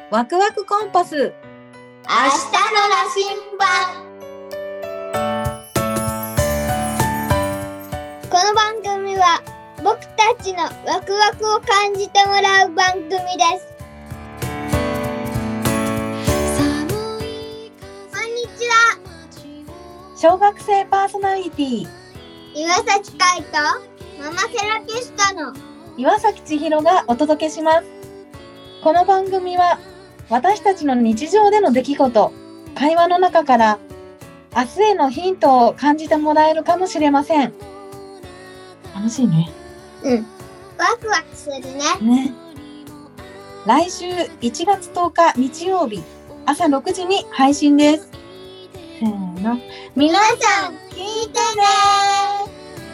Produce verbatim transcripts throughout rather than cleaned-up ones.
ワクワクコンパス、明日の羅針盤。 この番組は僕たちのワクワクを感じてもらう番組です。こんにちは。 小学生パーソナリティ岩崎海とママセラピストの岩崎千尋がお届けします。この番組は私たちの日常での出来事、会話の中から明日へのヒントを感じてもらえるかもしれません。楽しいね。 うん。ワクワクするね。 ね。来週いちがつとおか日曜日朝ろくじに配信です。せーの。 皆さん聞いてね。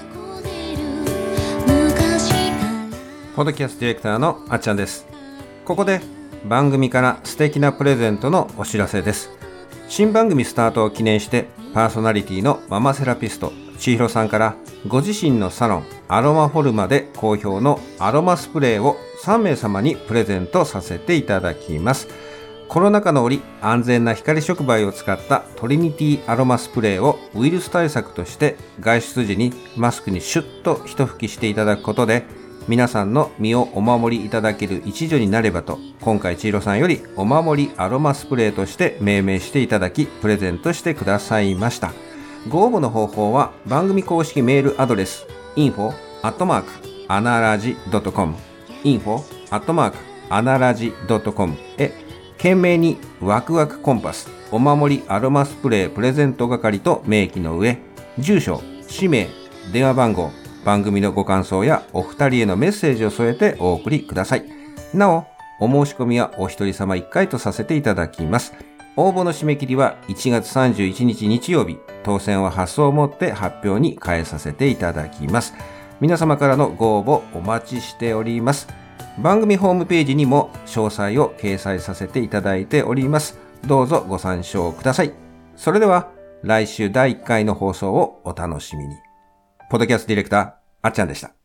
ポッドキャストディレクターのあっちゃんです。ここで番組から素敵なプレゼントのお知らせです。新番組スタートを記念してパーソナリティのママセラピスト千尋さんからご自身のサロンアロマフォルマで好評のアロマスプレーをさんめいさまにプレゼントさせていただきます。コロナ禍の折安全な光触媒を使ったトリニティアロマスプレーをウイルス対策として外出時にマスクにシュッと一吹きしていただくことで皆さんの身をお守りいただける一助になればと、今回千尋さんよりお守りアロマスプレーとして命名していただきプレゼントしてくださいました。ご応募の方法は番組公式メールアドレス インフォ アットマーク アナラジ ドットコム インフォ アットマーク アナラジ ドットコム へ懸命にワクワクコンパスお守りアロマスプレープレゼント係と明記の上、住所、氏名、電話番号、番組のご感想やお二人へのメッセージを添えてお送りください。なお、お申し込みはお一人様一回とさせていただきます。応募の締め切りはいちがつさんじゅういちにち日曜日、当選は発送をもって発表に変えさせていただきます。皆様からのご応募お待ちしております。番組ホームページにも詳細を掲載させていただいております。どうぞご参照ください。それでは来週だいいっかいの放送をお楽しみに。ポッドキャストディレクター、あっちゃんでした。